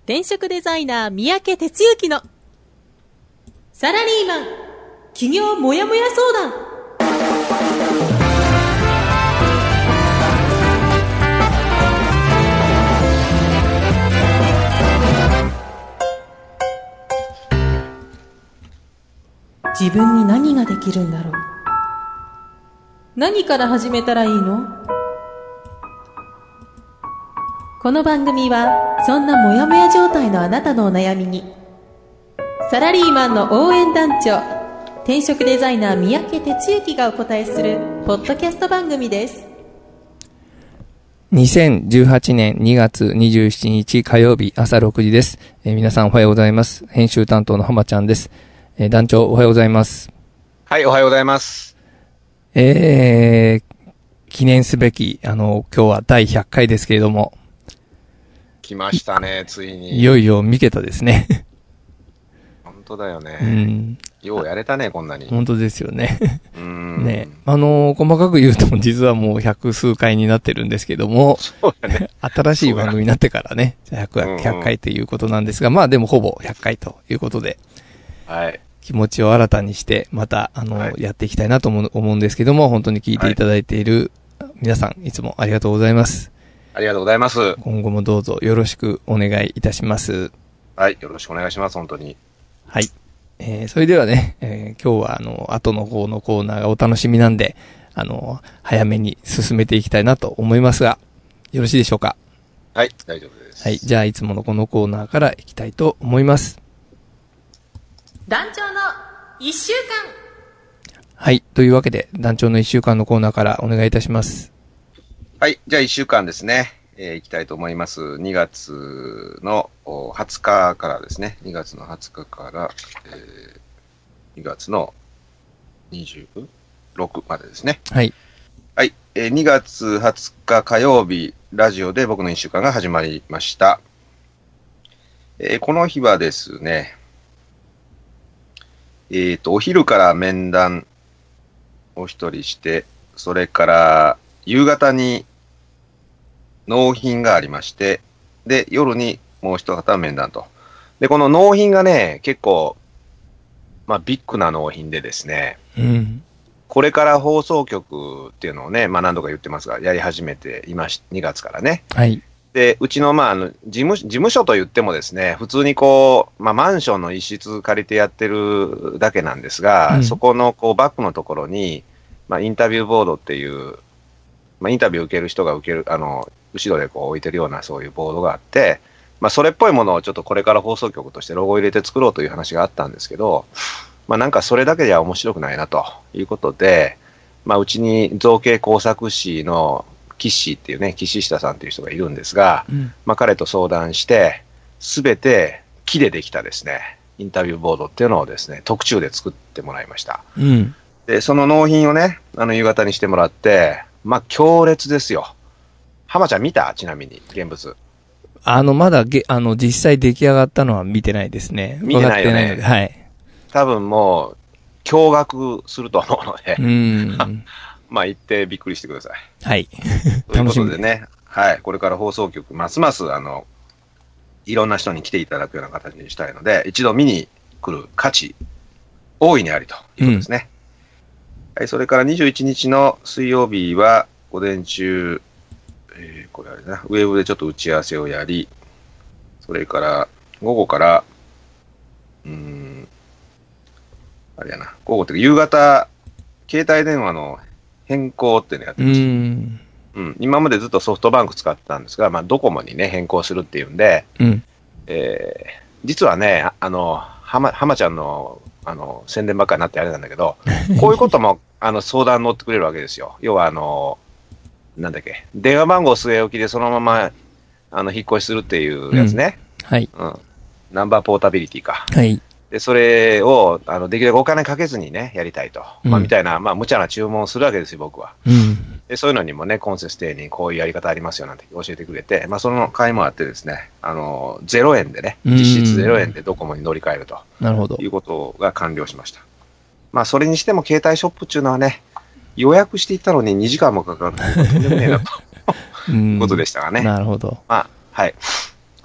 転職デザイナー三宅哲之のサラリーマン起業もやもや相談。自分に何ができるんだろう。何から始めたらいいの？この番組はそんなモヤモヤ状態のあなたのお悩みにサラリーマンの応援団長転職デザイナー三宅哲之がお答えするポッドキャスト番組です。 2018年2月27日火曜日朝6時です。皆さんおはようございます。編集担当の浜ちゃんです。団長おはようございます。 はい、おはようございます。 記念すべき今日は第100回ですけれども、 来ましたね、ついに。 いよいよ3桁ですね。 本当だよね。ようやれたね、こんなに。 本当ですよね。ね、細かく言うと実はもう100数回になってるんですけども、 そうだね。 新しい番組になってからね、100回ということなんですが、まあでもほぼ100回ということで、 はい。 気持ちを新たにして、また、やっていきたいなと思うんですけども、本当に聞いていただいている皆さん、いつもありがとうございます。 ありがとうございます。 今後もどうぞよろしくお願いいたします。 はい、よろしくお願いします、本当に。 はい。それではね、今日は後の方のコーナーがお楽しみなんで、早めに進めていきたいなと思いますが、よろしいでしょうか？ はい、大丈夫です。 はい、じゃあいつものこのコーナーからいきたいと思います。 団長の1週間。 はい。というわけで、団長の1週間のコーナーからお願いいたします。 はい。じゃあ1週間ですね。いきたいと思います。2月の20日からですね。2月の20日から、2月の26までですね。 はい。 はい。2月20日火曜日、ラジオで僕の1週間が始まりました。この日はですね、お昼から面談を一人して、それから夕方に納品がありまして、で、夜にもう一方面談と。で、この納品がね、結構、ビッグな納品でですね、これから放送局っていうのをね、何度か言ってますが、やり始めていまし、2月からね。 はい。 で、うちの、事務所と言ってもですね、普通にマンションの一室借りてやってるだけなんですが、そこの、バックのところに、インタビューボードっていう、インタビュー受ける人が後ろで置いてるようなそういうボードがあって、それっぽいものをちょっとこれから放送局としてロゴを入れて作ろうという話があったんですけど、なんかそれだけじゃ面白くないなということで、うちに造形工作士の岸っていうね、岸下さんっていう人がいるんですが、彼と相談して、すべて木でできたですね、インタビューボードっていうのをですね、特注で作ってもらいました。で、その納品をね、夕方にしてもらって、強烈ですよ。浜ちゃん見た？ちなみに、現物。 まだ実際出来上がったのは見てないですね。 見てないよね。 分かってないので、はい。 多分もう、驚愕すると思うので、行ってびっくりしてください。 はい。 ということでね、はい、これから放送局、ますます、いろんな人に来ていただくような形にしたいので、一度見に来る価値、大いにありということですね。はい、それから21日の水曜日は、午前中、これあれだな、ウェブでちょっと打ち合わせをやり、それから午後から、あれやな、午後っていうか夕方、携帯電話の変更っていうのやってました。今までずっとソフトバンク使ってたんですが、ドコモにね、変更するっていうんで、実はね、浜ちゃんの、宣伝ばっかりになってあれなんだけど、こういうことも、相談乗ってくれるわけですよ。要は、なんだっけ、電話番号据え置きでそのまま、引っ越しするっていうやつね。 はい。 ナンバーポータビリティか。 はい。 で、それを、できるだけお金かけずにね、やりたいと。みたいな、無茶な注文をするわけですよ、僕は。で、そういうのにもね、コンセステにこういうやり方ありますよなんて教えてくれて、その会もあってですね、0円でね、実質0円でドコモに乗り換えると。 なるほど。 いうことが完了しました。それにしても携帯ショップっていうのはね、予約していったのに2時間もかかるというとんでもねえなと。いうことでしたがね。 なるほど。 はい。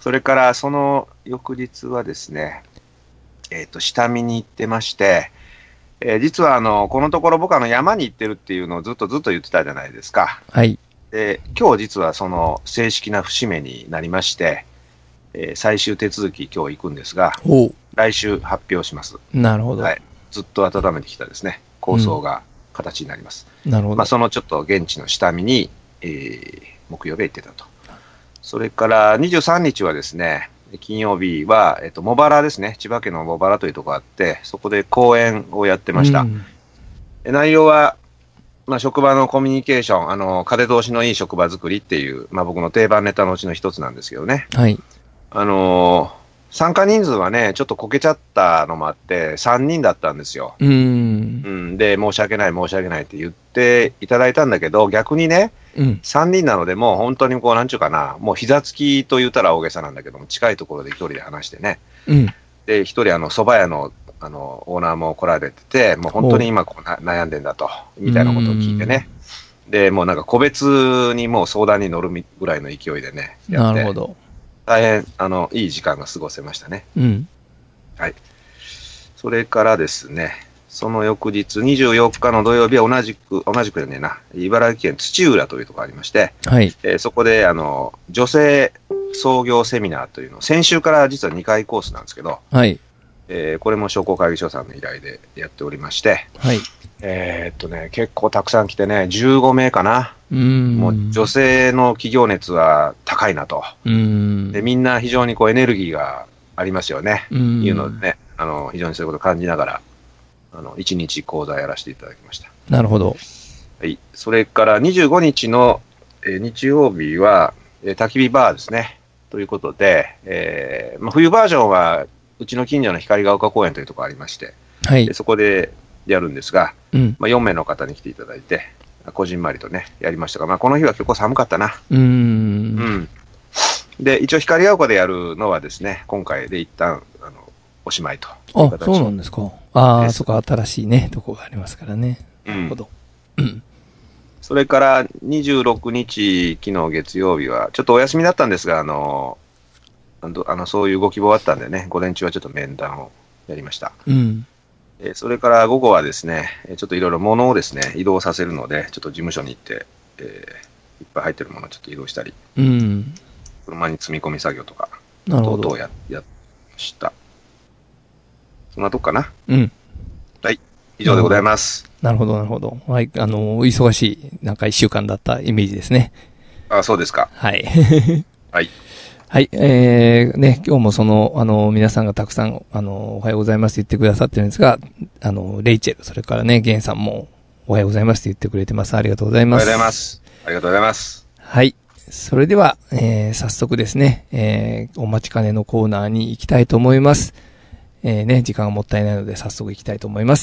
それからその翌日はですね、下見に行ってまして、実はこのところ僕山に行ってるっていうのをずっと言ってたじゃないですか。 はい。 で、今日実はその正式な節目になりまして、最終手続き今日行くんですが、来週発表します。 なるほど。 はい。ずっと温めてきたですね、構想が形になります。 なるほど。 まあそのちょっと現地の下見に、木曜日行ってたと。それから23日はですね、金曜日は、茂原ですね。千葉県の茂原というところがあって、そこで講演をやってました。内容は、まあ、職場のコミュニケーション、風通しのいい職場作りっていう、まあ、僕の定番ネタのうちの一つなんですけどね。 はい。 参加人数はね、ちょっとこけちゃったのもあって、3人だったんですよ。で、申し訳ないって言っていただいたんだけど、逆にね、3人なので、もう本当にこう、なんちゅうかな、もう膝つきと言ったら大げさなんだけども、近いところで一人で話してね。で、一人蕎麦屋の、オーナーも来られてて、もう本当に今こう悩んでんだと、みたいなことを聞いてね。で、もうなんか個別にもう相談に乗るぐらいの勢いでね、やって。なるほど。大変、いい時間が過ごせましたね。はい。それからですね、その翌日、24日の土曜日は同じくじゃねえな、茨城県土浦というところがありまして、はい。そこで、女性創業セミナーというのを、先週から実は2回コースなんですけど、はい。これも商工会議所さんの依頼でやっておりまして、はい。結構たくさん来てね、15名かな。もう女性の企業熱は高いなと。で、みんな非常にこうエネルギーがありますよね。いうのでね、非常にそういうことを感じながら、1日講座やらせていただきました。 なるほど。 はい。それから25日の、日曜日は、焚き火バーですね。ということで、まあ、冬バージョンは、うちの近所の光が丘公園というところがありまして、はい。そこでやるんですが、まあ、4名の方に来ていただいて、こじんまりとね、やりましたが、まあ、この日は結構寒かったな。で、一応光が丘でやるのはですね、今回で一旦、おしまいと。 あ、そうなんですか。ああ、そこ新しいね、とこがありますからね。なるほど。 それから26日、昨日月曜日は、ちょっとお休みだったんですが、そういうご希望あったんでね、午前中はちょっと面談をやりました。それから午後はですね、ちょっといろいろ物をですね、移動させるので、ちょっと事務所に行って、いっぱい入ってるものをちょっと移動したり、車に積み込み作業とか、等々やりました。そんなとこかな。はい。以上でございます。 なるほど、なるほど。はい。忙しい、なんか1週間だったイメージですね。 あ、そうですか。 はい。 はい。 はい。ね、今日も皆さんがたくさん、おはようございますと言ってくださってるんですが、レイチェル、それからね、ゲンさんも、おはようございますと言ってくれてます。ありがとうございます。 おはようございます。ありがとうございます。 はい。それでは、早速ですね、お待ちかねのコーナーに行きたいと思います。ね、時間がもったいないので早速行きたいと思います。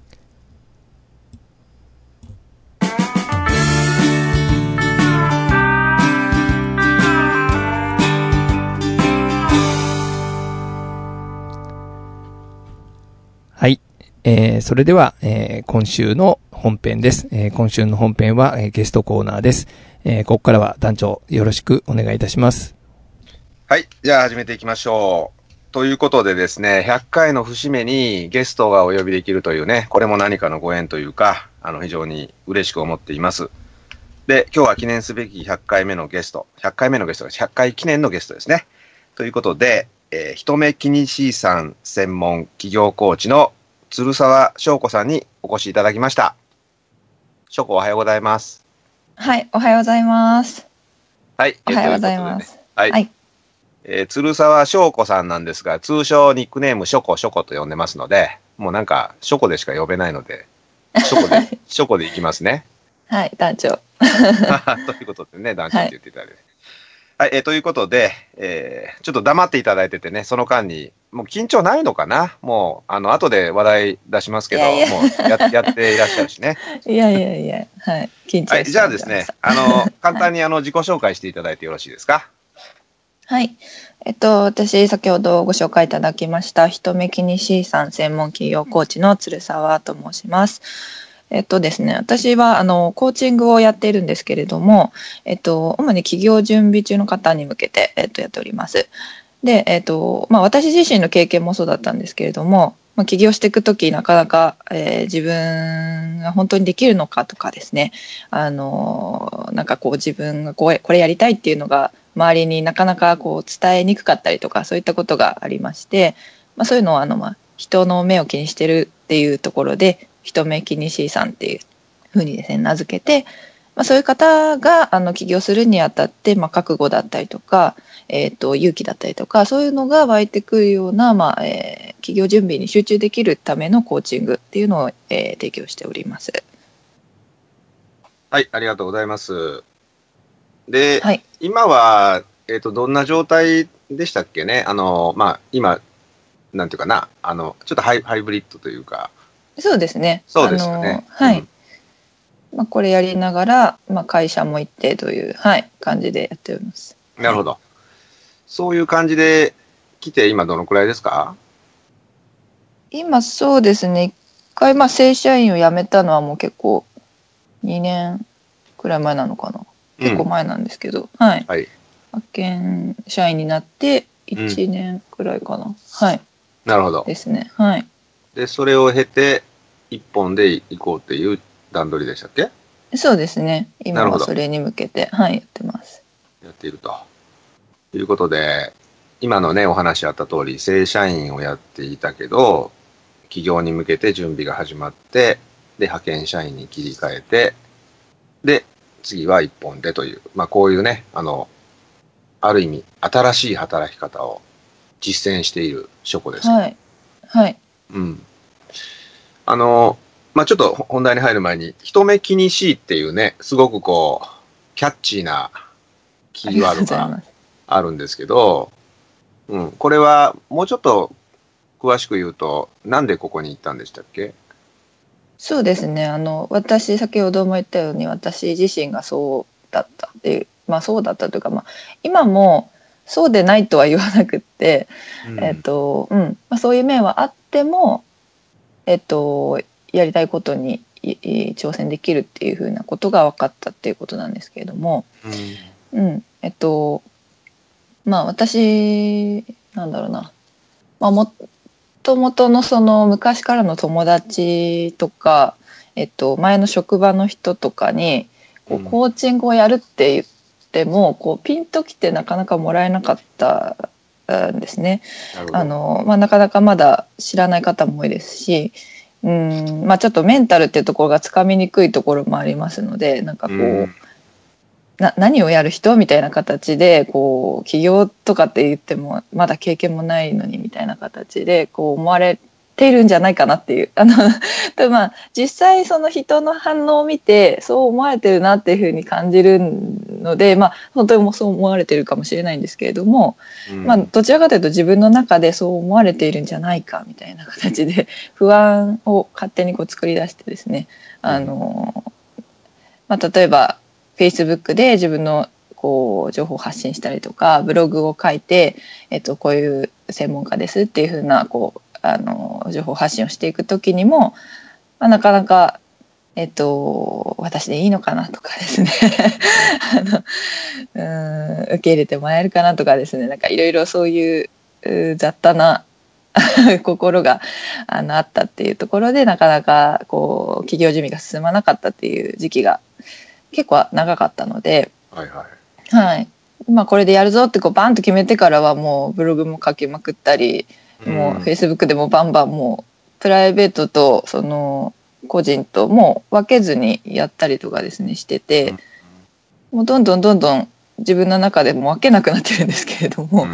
はい。それでは、今週の本編です。今週の本編は、ゲストコーナーです。ここからは団長よろしくお願いいたします。 はい。じゃあ始めていきましょう。ということでですね、100回の節目にゲストがお呼びできるというね、これも何かのご縁というか、非常に嬉しく思っています。で、今日は記念すべき100回目のゲスト、100回記念のゲストですね。ということで、一目気にしーさん専門企業コーチの鶴沢翔子さんにお越しいただきました。翔子おはようございます。 はい、おはようございます。 はい、 おはようございます。 はい。鶴沢翔子さんなんですが、通称ニックネームショコと呼んでますので、もうなんか、ショコでしか呼べないので、ショコでいきますね。 はい、団長。 ということでね、団長って言っていただいて。はい、ということで、ちょっと黙っていただいててね、その間に、もう緊張ないのかな、もう、後で話題出しますけど、もうやっていらっしゃるしね。 いや、はい、緊張してます。 はい、じゃあですね、簡単に自己紹介していただいてよろしいですか。 はい。私、先ほどご紹介いただきました、一目気にしーさん専門企業コーチの鶴沢と申します。 ですね、私はコーチングをやっているんですけれども、主に起業準備中の方に向けて、やっております。で、私自身の経験もそうだったんですけれども、起業していくときなかなか、自分が本当にできるのかとかですね、なんかこう自分がこれやりたいっていうのが周りになかなかこう伝えにくかったりとかそういったことがありまして、そういうのを人の目を気にしてるっていうところで人目気にしさんっていうふうにですね名付けて、そういう方が起業するにあたって、覚悟だったりとか、勇気だったりとかそういうのが湧いてくるような、起業準備に集中できるためのコーチングっていうのを、提供しております。 はい、ありがとうございます。で、 はい、 今は、どんな状態でしたっけね。今、なんていうかな、ちょっとハイブリッドというか。 そうですね。 そうですよね。 はい。これやりながら、会社も行ってという、感じでやっております。 なるほど。そういう感じで来て、今どのくらいですか？ 今そうですね。一回正社員を辞めたのはもう結構2年くらい前なのかな。結構前なんですけど、はい。派遣社員になって1年くらいかな。はい。 なるほど。 ですね。はい。 で、それを経て、一本で行こうっていう段取りでしたっけ？ そうですね。今はそれに向けて、やってます。 やっているということで、今のね、お話あった通り、正社員をやっていたけど、起業に向けて準備が始まって、で、派遣社員に切り替えて、で、次は一本でという、こういうね、ある意味、新しい働き方を実践している書庫です。 はい。はい。 うん。ちょっと本題に入る前に、人目気にしいっていうね、すごくこう、キャッチーなキーワードがあるんですけど、これはもうちょっと詳しく言うと、なんでここに行ったんでしたっけ？ そうですね。私、先ほども言ったように、私自身がそうだったっていう、そうだったというか、今もそうでないとは言わなくって、そういう面はあっても、やりたいことに挑戦できるっていうふうなことが分かったっていうことなんですけれども、私なんだろうな、もともとのその昔からの友達とか、前の職場の人とかにコーチングをやるって言ってもピンときてなかなかもらえなかったんですね。なかなかまだ知らない方も多いですし、ちょっとメンタルっていうところがつかみにくいところもありますので、なんか何をやる人みたいな形で起業とかって言ってもまだ経験もないのにみたいな形で思われているんじゃないかなっていう実際その人の反応を見てそう思われてるなっていうふうに感じるので、本当にもそう思われてるかもしれないんですけれども、どちらかというと自分の中でそう思われているんじゃないかみたいな形で不安を勝手に作り出してですね、例えばFacebook で自分の情報を発信したりとかブログを書いて、こういう専門家ですっていう風な情報発信をしていく時にも、なかなか、私でいいのかなとかですね受け入れてもらえるかなとかですね、なんかいろいろそういう雑多な心があったっていうところでなかなか起業準備が進まなかったっていう時期が結構長かったので、これでやるぞってバンと決めてからはもうブログも書きまくったり、もう Facebook でもバンバンもうプライベートとその個人ともう分けずにやったりとかですねしてて、もうどんどん自分の中でも分けなくなってるんですけれども、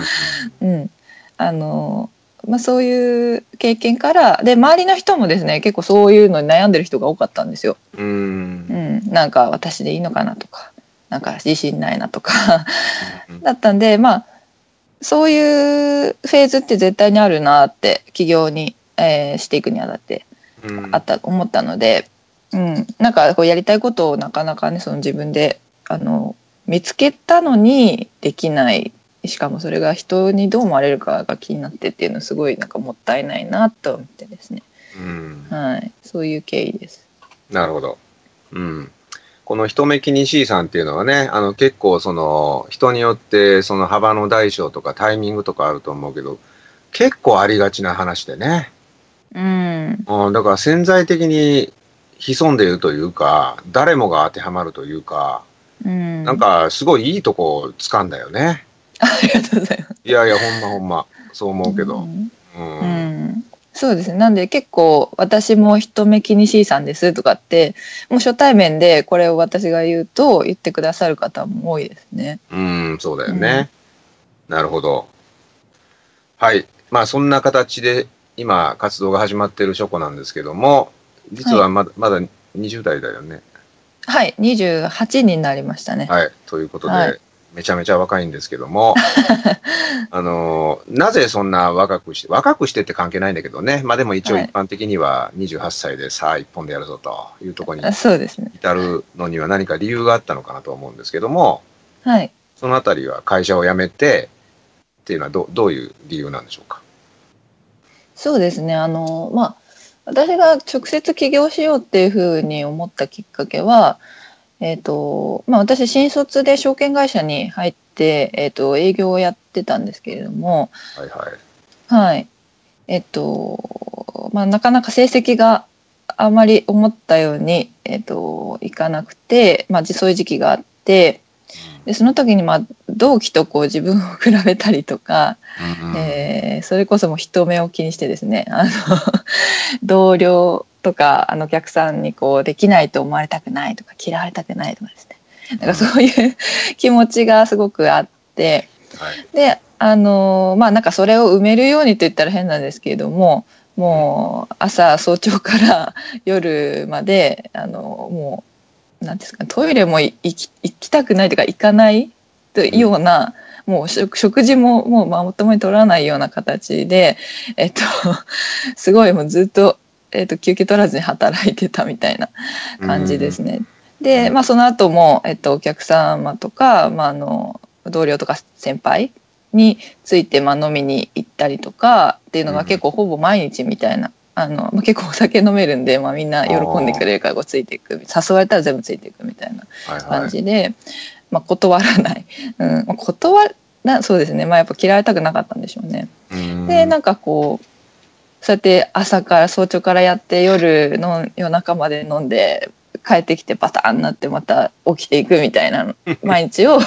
そういう経験からで周りの人もですね結構そういうのに悩んでる人が多かったんですよ。なんか私でいいのかなとか、なんか自信ないなとかだったんで、そういうフェーズって絶対にあるなって起業に、していくにあたって思ったので、なんかやりたいことをなかなかねその自分で見つけたのにできない、しかもそれが人にどう思われるかが気になってっていうのすごいなんかもったいないなと思ってですね、そういう経緯です。 なるほど。うん。この人目気にしいさんっていうのはね、結構その、人によってその幅の大小とかタイミングとかあると思うけど、結構ありがちな話でね。 うん。 だから潜在的に潜んでいるというか、誰もが当てはまるというか、 うん。 なんかすごいいいとこ掴んだよね。 ありがとうございます。 いやいや、ほんま、そう思うけど。 うん。そうですね。なんで結構私も人目気にしいさんですとかって、もう初対面でこれを私が言うと言ってくださる方も多いですね。 そうだよね。なるほど。はい。まあそんな形で今活動が始まっているショコなんですけども、実はまだ20代だよね。 はい、28になりましたね。 はい。ということで、 はい、 めちゃめちゃ若いんですけども、なぜそんな若くしてって関係ないんだけどね。まあでも一応一般的には28歳でさあ一本でやるぞというところにそうですね。 至るのには何か理由があったのかなと思うんですけども、 はい。 そのあたりは会社を辞めてっていうのはどういう理由なんでしょうか。 そうですね。まあ、私が直接起業しようっていうふうに思ったきっかけは、まあ、私新卒で証券会社に入って、営業をやってたんですけれども、 はいはい。 はい。まあ、なかなか成績があまり思ったように、いかなくて、まあ、そういう時期があって、でその時にまあ同期とこう自分を比べたりとか、それこそもう人目を気にしてですね、同僚とかお客さんにこうできないと思われたくないとか嫌われたくないとかですね、なんかそういう気持ちがすごくあって、でまあなんかそれを埋めるようにと言ったら変なんですけれども、もう朝早朝から夜までもうなんですか、トイレも行きたくないというか行かないというような、もう食事ももうまともに取らないような形で、すごいもうずっと、休憩取らずに働いてたみたいな感じですね。で、まあ、その後も、お客様とか、まあ、同僚とか先輩について、まあ、飲みに行ったりとかっていうのが結構ほぼ毎日みたいな。まあ、結構お酒飲めるんで、まあ、みんな喜んでくれるからこうついていく、誘われたら全部ついていくみたいな感じで、まあ、断らない、まあ、そうですね、まあ、やっぱ嫌われたくなかったんでしょうね。でなんかこうそうやって朝から早朝からやって夜中まで飲んで帰ってきてパターンになってまた起きていくみたいな毎日を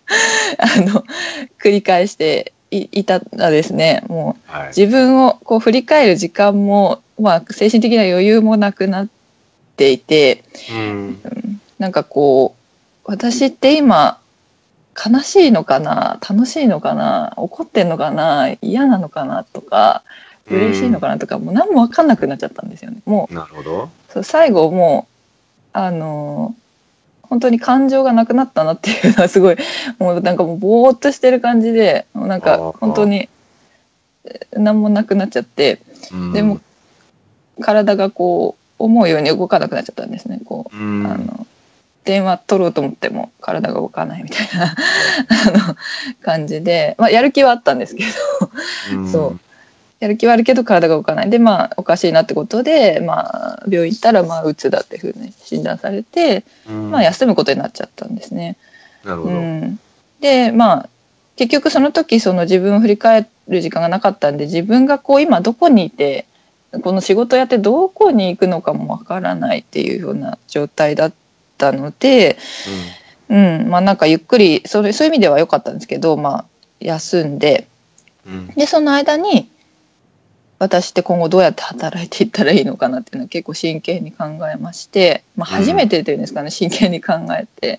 繰り返していたらですね、もう自分をこう振り返る時間も、まあ、精神的な余裕もなくなっていて、なんかこう私って今悲しいのかな、楽しいのかな、怒ってんのかな、嫌なのかなとか嬉しいのかなとか、もう何も分かんなくなっちゃったんですよね。もうなるほど。 そう最後もう本当に感情がなくなったなっていうのはすごい、もうなんかもうぼーっとしてる感じで、なんか本当に何もなくなっちゃって、でも体がこう思うように動かなくなっちゃったんですね。こう電話取ろうと思っても体が動かないみたいな感じで、まあ、やる気はあったんですけどそうやる気はあるけど体が動かないで、まあおかしいなってことで、まあ、病院行ったらまあうつだっていうふうに診断されて、まあ、休むことになっちゃったんですね。 なるほど。 でまあ結局その時その自分を振り返る時間がなかったんで、自分がこう今どこにいてこの仕事やってどこに行くのかもわからないっていうような状態だったので、まあなんかゆっくりそういう意味では良かったんですけど、まあ休んで、でその間に私って今後どうやって働いていったらいいのかなっていうのは結構真剣に考えまして、まあ、初めてというんですかね、真剣に考えて、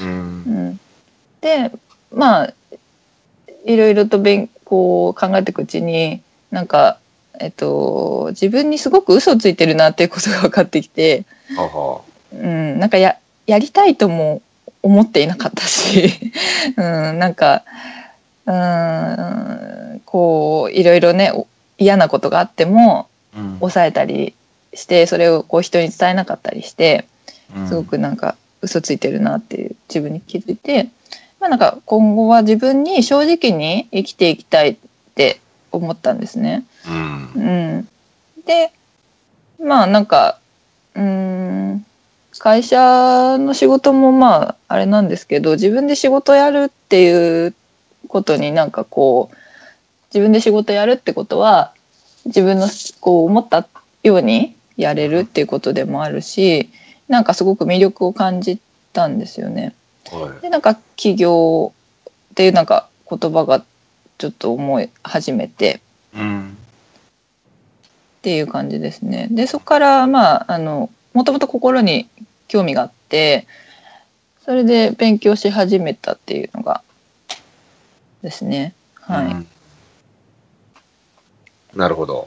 でまあいろいろとこう考えていくうちになんか、自分にすごく嘘をついてるなっていうことが分かってきて、なんかやりたいとも思っていなかったしなんかこういろいろね嫌なことがあっても抑えたりして、それをこう人に伝えなかったりして、すごくなんか嘘ついてるなっていう自分に気づいて、まあ、なんか今後は自分に正直に生きていきたいって思ったんですね。でまあなんか会社の仕事もまああれなんですけど、自分で仕事やるっていうことになんかこう、自分で仕事やるってことは自分のこう思ったようにやれるっていうことでもあるし、なんかすごく魅力を感じたんですよね。でなんか起業っていうなんか言葉がちょっと思い始めて、っていう感じですね。でそこからまあもともと心に興味があって、それで勉強し始めたっていうのがですね。はい。 なるほど。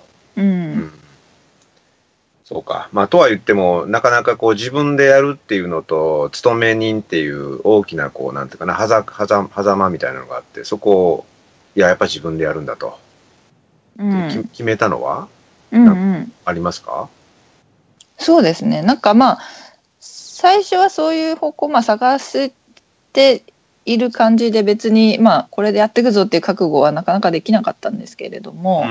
そうか。まあ、とは言っても、なかなかこう自分でやるっていうのと、勤め人っていう大きなこう、なんていうかな、狭間みたいなのがあって、そこを、やっぱ自分でやるんだと。決めたのは、ありますか？ そうですね。なんかまあ、最初はそういう方向を探している感じで、別にまあこれでやっていくぞっていう覚悟はなかなかできなかったんですけれども、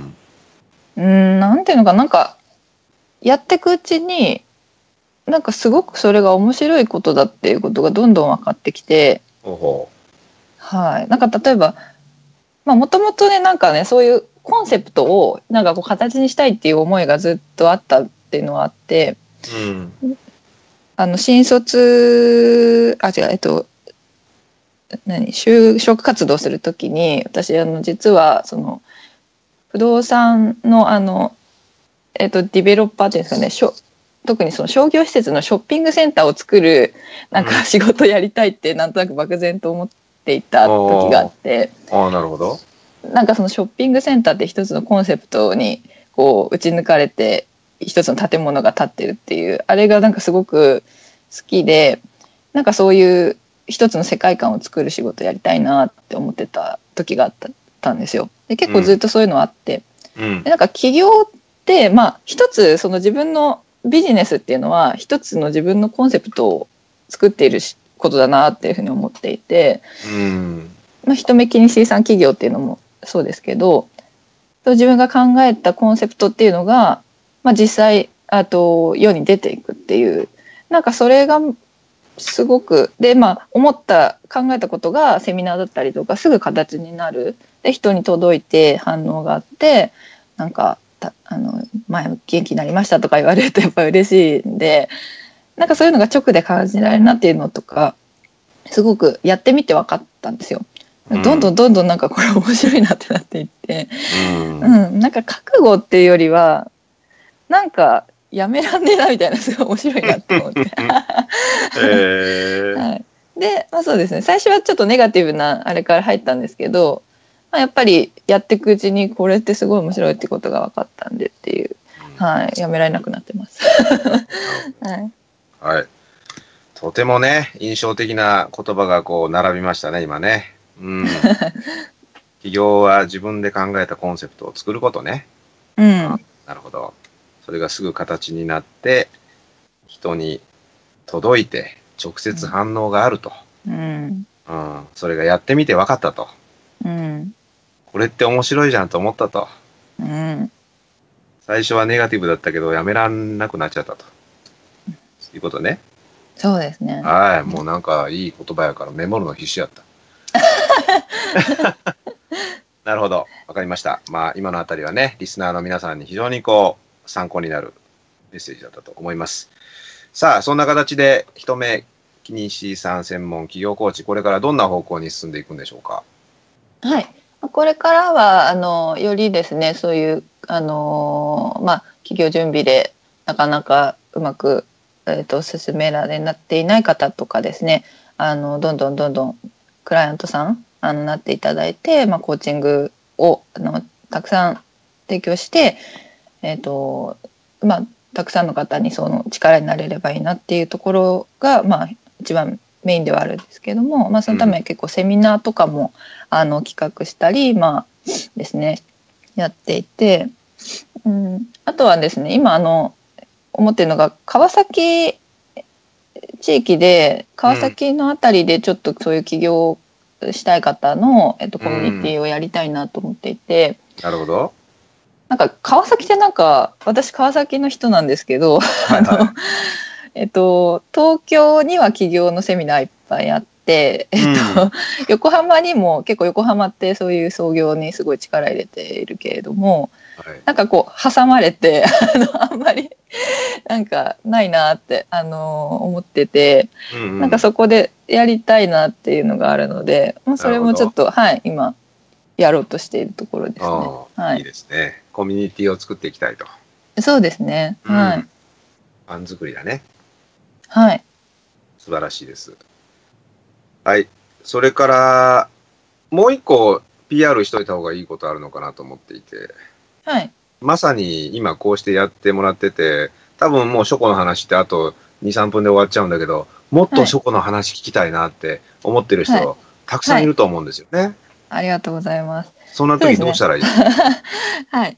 なんていうのかなんかやっていくうちになんかすごくそれが面白いことだっていうことがどんどん分かってきて、はい、なんか例えばもともとねなんかねそういうコンセプトをなんかこう形にしたいっていう思いがずっとあったっていうのはあって、新卒就職活動するときに私実はその不動産のディベロッパーっていうんですかね、特にその商業施設のショッピングセンターを作るなんか仕事やりたいってなんとなく漠然と思っていた時があって、 なるほど。 なんかそのショッピングセンターって一つのコンセプトにこう打ち抜かれて一つの建物が建ってるっていうあれがなんかすごく好きで、なんかそういう一つの世界観を作る仕事やりたいなって思ってた時があったんですよ。で結構ずっとそういうのあって、でなんか起業って一つその自分のビジネスっていうのは一つの自分のコンセプトを作っていることだなっていうふうに思っていて、一目気に C さん企業っていうのもそうですけど、自分が考えたコンセプトっていうのが、実際世に出ていくっていう、なんかそれがすごくで考えたことがセミナーだったりとかすぐ形になる、で人に届いて反応があって、なんか前元気になりましたとか言われるとやっぱり嬉しいんで、なんかそういうのが直で感じられるなっていうのとかすごくやってみて分かったんですよ。どんどんなんかこれ面白いなってなっていって、なんか覚悟っていうよりはなんかやめらんねえなみたいな、すごい面白いなって思って、はい、で、そうですね、最初はちょっとネガティブなあれから入ったんですけど、やっぱりやっていくうちにこれってすごい面白いってことが分かったんでっていう、やめられなくなってますはい、とてもね印象的な言葉がこう並びましたね今ね。起業は自分で考えたコンセプトを作ることね。なるほど。それがすぐ形になって人に届いて直接反応があると、それがやってみて分かったと、これって面白いじゃんと思ったと、最初はネガティブだったけどやめらんなくなっちゃったということね。 そうですね。 はい、もうなんかいい言葉やからメモるの必死やったなるほど、わかりました。今のあたりはねリスナーの皆さんに非常にこう参考になるメッセージだったと思います。さあそんな形で一目気にしさん専門企業コーチ、これからどんな方向に進んでいくんでしょうか？ はい、これからはよりですね、そういう企業準備でなかなかうまく、進められなっていない方とかですね、どんどんクライアントさんなっていただいて、コーチングをたくさん提供して、たくさんの方にその力になれればいいなっていうところが、一番メインではあるんですけども、そのために結構セミナーとかも企画したり、ですね、やっていて、あとはですね、今思ってるのが川崎地域で川崎のあたりでちょっとそういう起業をしたい方の、コミュニティをやりたいなと思っていて。 なるほど。 なんか川崎ってなんか私川崎の人なんですけど、 東京には起業のセミナーいっぱいあって、横浜にも結構横浜ってそういう創業にすごい力入れているけれども、なんかこう挟まれてあんまりなんかないなって思ってて、なんかそこでやりたいなっていうのがあるので、それもちょっと今やろうとしているところですね。 いいですね。コミュニティを作っていきたいと。 そうですね。 ファン作りだね。 はい。 素晴らしいです。はい。それから、もう一個 PR しといた方がいいことあるのかなと思っていて。 はい。 まさに今こうしてやってもらってて、多分もう書庫の話ってあと2、3分で終わっちゃうんだけど、もっと書庫の話聞きたいなって思ってる人、たくさんいると思うんですよね。 ありがとうございます。 そんな時どうしたらいいですか？ はい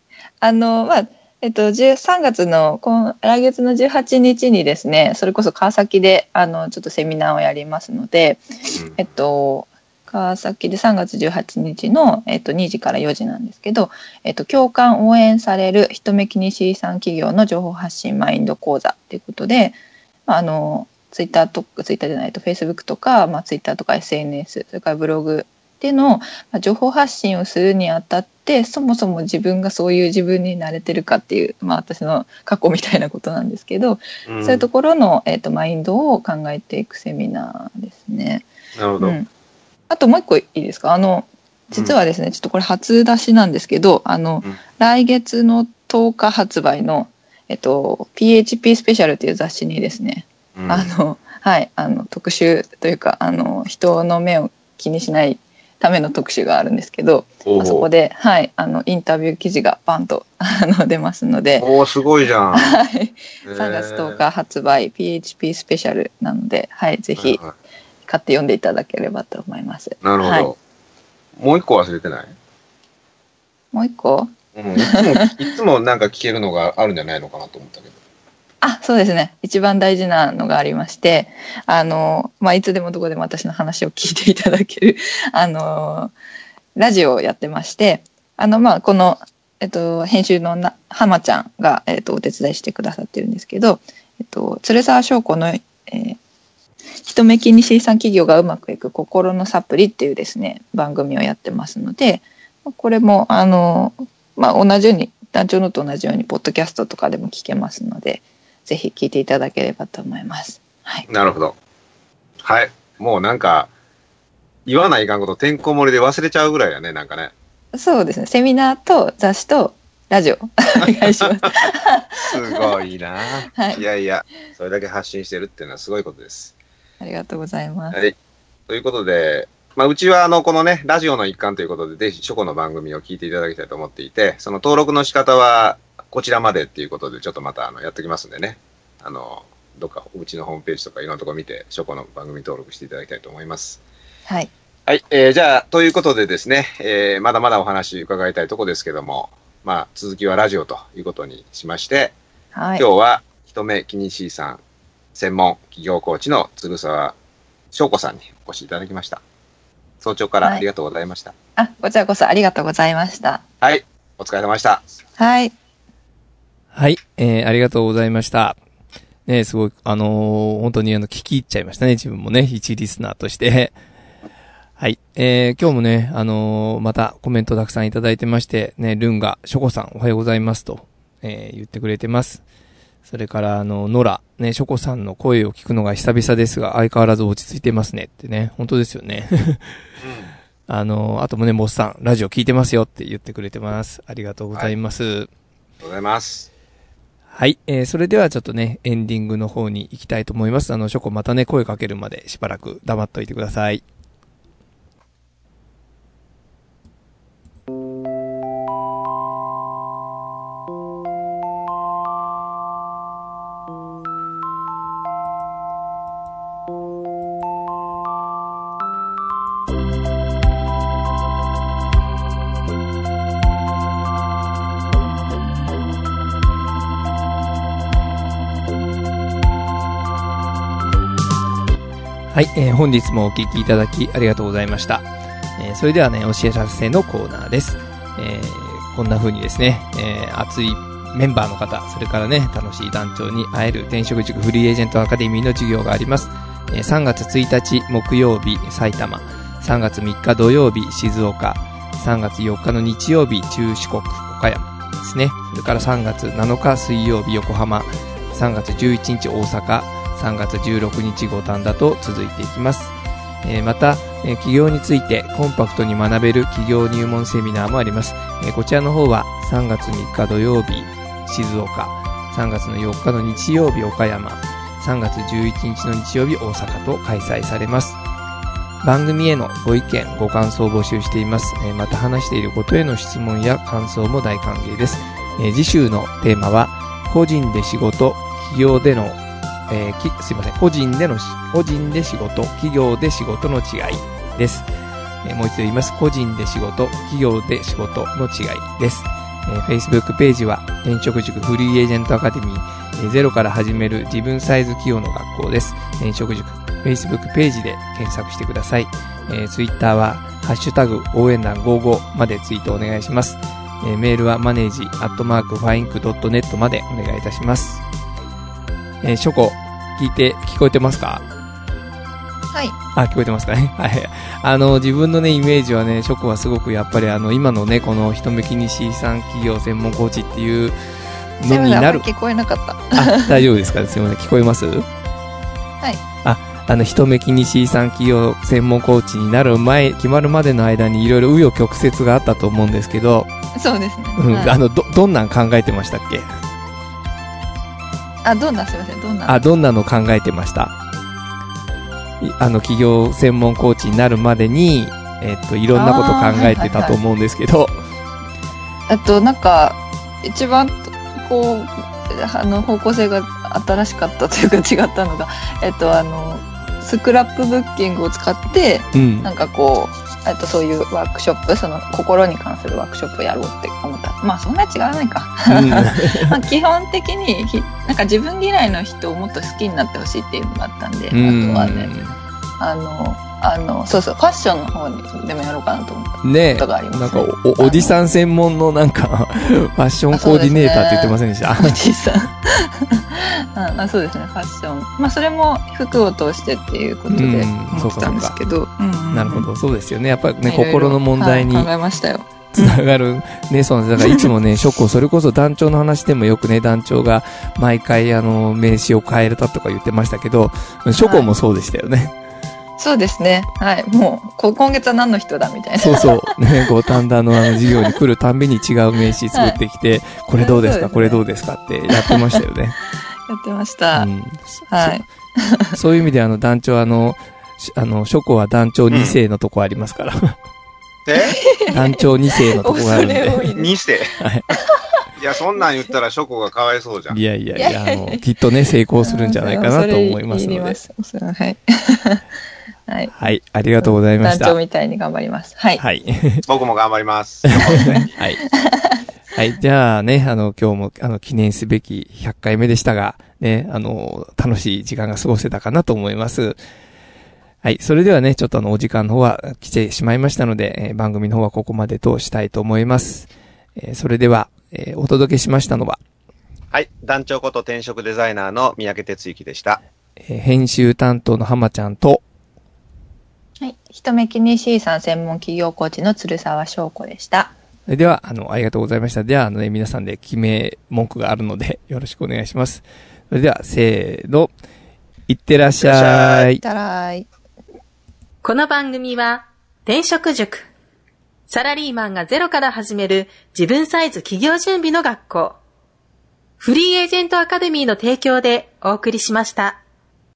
。3月の来月の18日にですね、それこそ川崎でちょっとセミナーをやりますので、川崎で3月18日の、2時から4時なんですけど、共感応援される人目気にしい産企業の情報発信マインド講座ということで、ツイッターじゃないと Facebook とか、ツイッターとか SNS、それからブログでの情報発信をするにあたって、そもそも自分がそういう自分になれてるかっていう、私の過去みたいなことなんですけど、そういうところの、マインドを考えていくセミナーですね。 なるほど。 あともう一個いいですか？実はですね、ちょっとこれ初出しなんですけど、来月の10日発売の、PHP スペシャルという雑誌にですね、特集というか、人の目を気にしないための特集があるんですけど、そこで、インタビュー記事がバンと出ますので、 すごいじゃん。 3月10日発売 PHP スペシャルなので、ぜひ買って読んでいただければと思います。 なるほど。もう一個忘れてない？ もう一個？ いつもなんか聞けるのがあるんじゃないのかなと思ったけど。 そうですね。一番大事なのがありまして、いつでもどこでも私の話を聞いていただける、ラジオをやってまして、この、編集の浜ちゃんが、お手伝いしてくださってるんですけど、鶴沢商工の、人目気にしい産企業がうまくいく心のサプリっていうですね、番組をやってますので、これも、同じように、団長のと同じように、ポッドキャストとかでも聞けますので、ぜひ聞いていただければと思います。 なるほど。はい。もうなんか、言わないかんことてんこ盛りで忘れちゃうぐらいやね、なんかね。 そうですね。セミナーと雑誌とラジオ、お願いします。 すごいな。いやいや、それだけ発信してるっていうのはすごいことです。 ありがとうございます。 はい。ということで、うちはこのね、ラジオの一環ということで、ぜひ書庫の番組を聞いていただきたいと思っていて、その登録の仕方は、こちらまでっていうことで、ちょっとまたやってきますんでね。どっかうちのホームページとかいろんなところ見て、書庫の番組登録していただきたいと思います。 はい。 はい。じゃあ、ということでですね、まだまだお話伺いたいところですけども、続きはラジオということにしまして、今日は人目気にしいさん、専門企業コーチの鶴沢翔子さんにお越しいただきました。早朝からありがとうございました。 こちらこそありがとうございました。 はい。お疲れ様でした。 はい。 はい。ありがとうございました。ね、すごい、本当に聞き入っちゃいましたね。自分もね、一リスナーとして。はい。今日もね、またコメントたくさんいただいてまして、ね、ルンが、ショコさんおはようございますと、言ってくれてます。それから、ノラ、ね、ショコさんの声を聞くのが久々ですが、相変わらず落ち着いてますねってね、本当ですよね。あともね、モッさん、ラジオ聞いてますよって言ってくれてます。ありがとうございます。ありがとうございます。 はい。それではちょっとね、エンディングの方に行きたいと思います。ショコまたね、声かけるまでしばらく黙っといてください。はい、本日もお聞きいただきありがとうございました。それではね、お知らせのコーナーです。こんな風にですね、熱いメンバーの方、それからね、楽しい団長に会える転職塾フリーエージェントアカデミーの授業があります。3月1日木曜日、埼玉。3月3日土曜日、静岡。3月4日の日曜日、中四国、岡山ですね。それから3月7日水曜日、横浜。3月11日大阪。3月16日五反田と続いていきます。また、企業についてコンパクトに学べる企業入門セミナーもあります。こちらの方は3月3日土曜日、静岡。3月の4日の日曜日、岡山。3月11日の日曜日、大阪と開催されます。番組へのご意見、ご感想を募集しています。また話していることへの質問や感想も大歓迎です。次週のテーマは、個人で仕事、企業での個人で仕事、企業で仕事の違いです。もう一度言います。個人で仕事、企業で仕事の違いです。Facebook ページは、転職塾フリーエージェントアカデミー、ゼロから始める自分サイズ企業の学校です。転職塾、Facebook ページで検索してください。Twitter は、ハッシュタグ応援団55までツイートお願いします。メールはmanage@fiink.net までお願いいたします。ショコ、聞こえてますか？ はい。 聞こえてますかね。はい。自分のね、イメージはね、ショコはすごくやっぱり今のね、この人目気にし産企業専門コーチっていうのになる。 聞こえなかった。 大丈夫ですか？すいません。聞こえます？ はい。 人目気にし産企業専門コーチになる前、決まるまでの間にいろいろ紆余曲折があったと思うんですけど。 そうですね。 はい、どんなん考えてましたっけ？ すいません、どんなの考えてました？企業専門コーチになるまでに、いろんなこと考えてたと思うんですけど。 なんか、一番、こう、方向性が新しかったというか違ったのが、スクラップブッキングを使って、なんかこう、そういうワークショップ、心に関するワークショップをやろうって思った。まあそんな違わないか。まあ基本的になんか自分嫌いの人をもっと好きになってほしいっていうのがあったんで、あとはね、そうそう、ファッションの方にでもやろうかなと思ったことがあります、ね。なんかおじさん専門のなんか、ファッションコーディネーターって言ってませんでした？ おじさん。そうですね、ファッション。まあそれも服を通してっていうことで思ってたんですけど。 なるほど、そうですよね。やっぱりね、心の問題に。 考えましたよ。 つながる。ね、そうなんです。だからいつもね、ショック、それこそ団長の話でもよくね、団長が毎回名刺を変えたとか言ってましたけど、ショコもそうでしたよね。 そうですね。はい。もう、今月は何の人だみたいな。 そうそう。ね、五反田の授業に来るたんびに違う名刺作ってきて、これどうですか、これどうですかってやってましたよね。 やってました。はい。 そういう意味で団長ショコは団長2世のとこありますから。団長2世のとこがあるんで。 2世？はい。いや、そんなん言ったらショコがかわいそうじゃん。 いや、きっとね、成功するんじゃないかなと思いますので。 はい。はい。 はい、ありがとうございました。 団長みたいに頑張ります。はい。 はい。僕も頑張ります。はい。 はい、じゃあね、今日も記念すべき100回目でしたが、ね、楽しい時間が過ごせたかなと思います。はい。それではね、ちょっとお時間の方は来てしまいましたので、番組の方はここまでとしたいと思います。それでは、お届けしましたのは、 はい。団長こと転職デザイナーの三宅哲之でした。 編集担当の浜ちゃんと、 はい。人目気にし産専門企業コーチの鶴沢翔子でした。 それでは、ありがとうございました。では、皆さんで決め文句があるので、よろしくお願いします。それでは、せーの。いってらっしゃい。 いってらい。 この番組は、転職塾。サラリーマンがゼロから始める自分サイズ企業準備の学校。フリーエージェントアカデミーの提供でお送りしました。